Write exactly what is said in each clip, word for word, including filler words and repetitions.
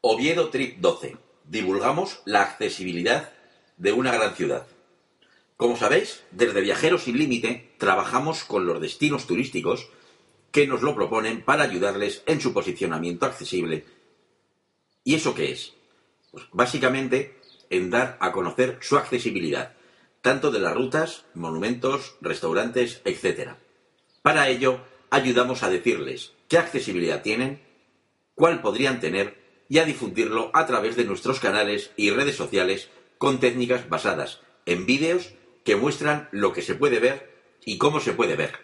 Oviedo Trip doce. Divulgamos la accesibilidad de una gran ciudad. Como sabéis, desde Viajeros Sin Límite trabajamos con los destinos turísticos que nos lo proponen para ayudarles en su posicionamiento accesible. ¿Y eso qué es? Pues básicamente en dar a conocer su accesibilidad, tanto de las rutas, monumentos, restaurantes, etcétera. Para ello, ayudamos a decirles qué accesibilidad tienen, cuál podrían tener y a difundirlo a través de nuestros canales y redes sociales con técnicas basadas en vídeos que muestran lo que se puede ver y cómo se puede ver.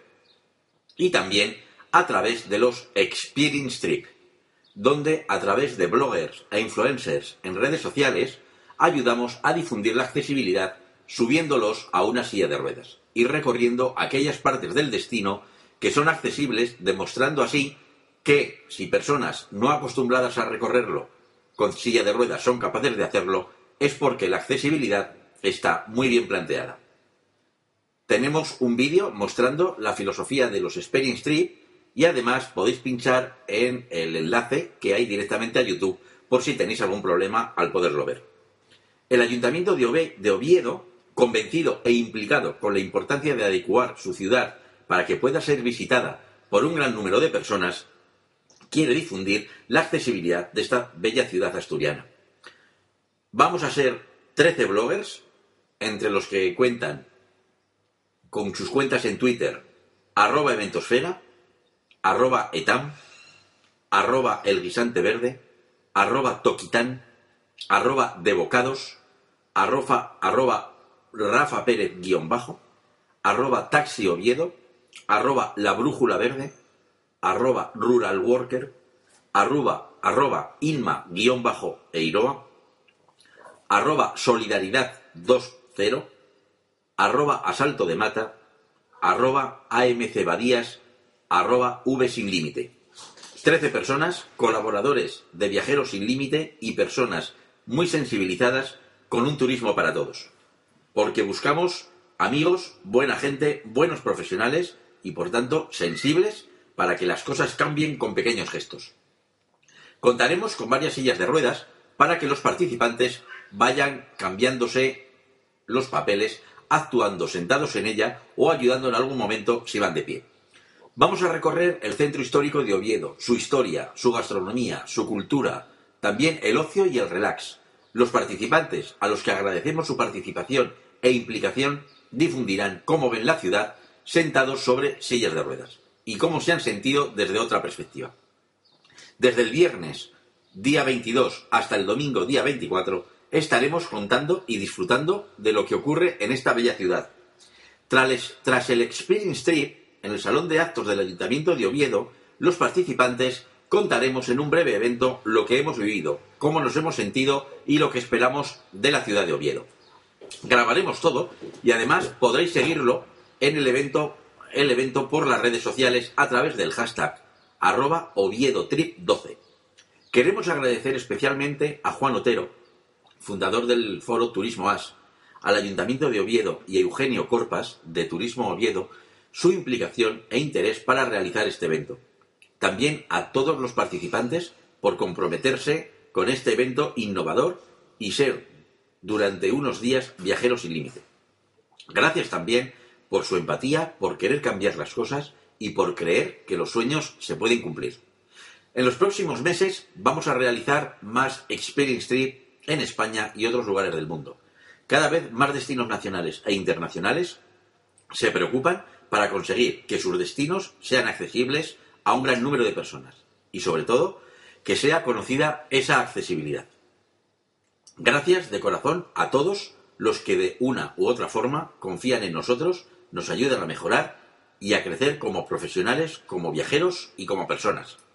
Y también a través de los Experience Trip, donde a través de bloggers e influencers en redes sociales ayudamos a difundir la accesibilidad subiéndolos a una silla de ruedas y recorriendo aquellas partes del destino que son accesibles, demostrando así que si personas no acostumbradas a recorrerlo con silla de ruedas son capaces de hacerlo, es porque la accesibilidad está muy bien planteada. Tenemos un vídeo mostrando la filosofía de los Experience Trip y además podéis pinchar en el enlace que hay directamente a YouTube por si tenéis algún problema al poderlo ver. El Ayuntamiento de Oviedo, convencido e implicado con la importancia de adecuar su ciudad para que pueda ser visitada por un gran número de personas, quiere difundir la accesibilidad de esta bella ciudad asturiana. Vamos a ser trece bloggers, entre los que cuentan con sus cuentas en Twitter, arroba eventosfera, arroba etam, arroba elguisanteverde, arroba toquitán, arroba debocados, arroba, arroba Rafa Pérez guión bajo, arroba taxi Oviedo, arroba la brújula verde, arroba rural worker, arroba, arroba inma guión bajo eiroa, arroba solidaridad dos cero, arroba asalto de mata, arroba amc badías, arroba v sin límite. trece personas, colaboradores de Viajeros Sin Límite y personas muy sensibilizadas con un turismo para todos. Porque buscamos amigos, buena gente, buenos profesionales y por tanto sensibles para que las cosas cambien con pequeños gestos. Contaremos con varias sillas de ruedas para que los participantes vayan cambiándose los papeles, actuando sentados en ella o ayudando en algún momento si van de pie. Vamos a recorrer el centro histórico de Oviedo, su historia, su gastronomía, su cultura, también el ocio y el relax. Los participantes, a los que agradecemos su participación e implicación, difundirán cómo ven la ciudad sentados sobre sillas de ruedas y cómo se han sentido desde otra perspectiva. Desde el viernes, día veintidós, hasta el domingo, día veinticuatro, estaremos contando y disfrutando de lo que ocurre en esta bella ciudad. Tras, tras el Experience Trip, en el Salón de Actos del Ayuntamiento de Oviedo, los participantes contaremos en un breve evento lo que hemos vivido, cómo nos hemos sentido y lo que esperamos de la ciudad de Oviedo. Grabaremos todo y además podréis seguirlo en el evento, el evento por las redes sociales a través del hashtag arroba Oviedo Trip doce. Queremos agradecer especialmente a Juan Otero, fundador del foro Turismo As, al Ayuntamiento de Oviedo y a Eugenio Corpas, de Turismo Oviedo, su implicación e interés para realizar este evento. También a todos los participantes por comprometerse con este evento innovador y ser durante unos días Viajeros Sin Límite. Gracias también por su empatía, por querer cambiar las cosas y por creer que los sueños se pueden cumplir. En los próximos meses vamos a realizar más Experience Trip en España y otros lugares del mundo. Cada vez más destinos nacionales e internacionales se preocupan para conseguir que sus destinos sean accesibles a un gran número de personas y, sobre todo, que sea conocida esa accesibilidad. Gracias de corazón a todos los que de una u otra forma confían en nosotros, nos ayudan a mejorar y a crecer como profesionales, como viajeros y como personas.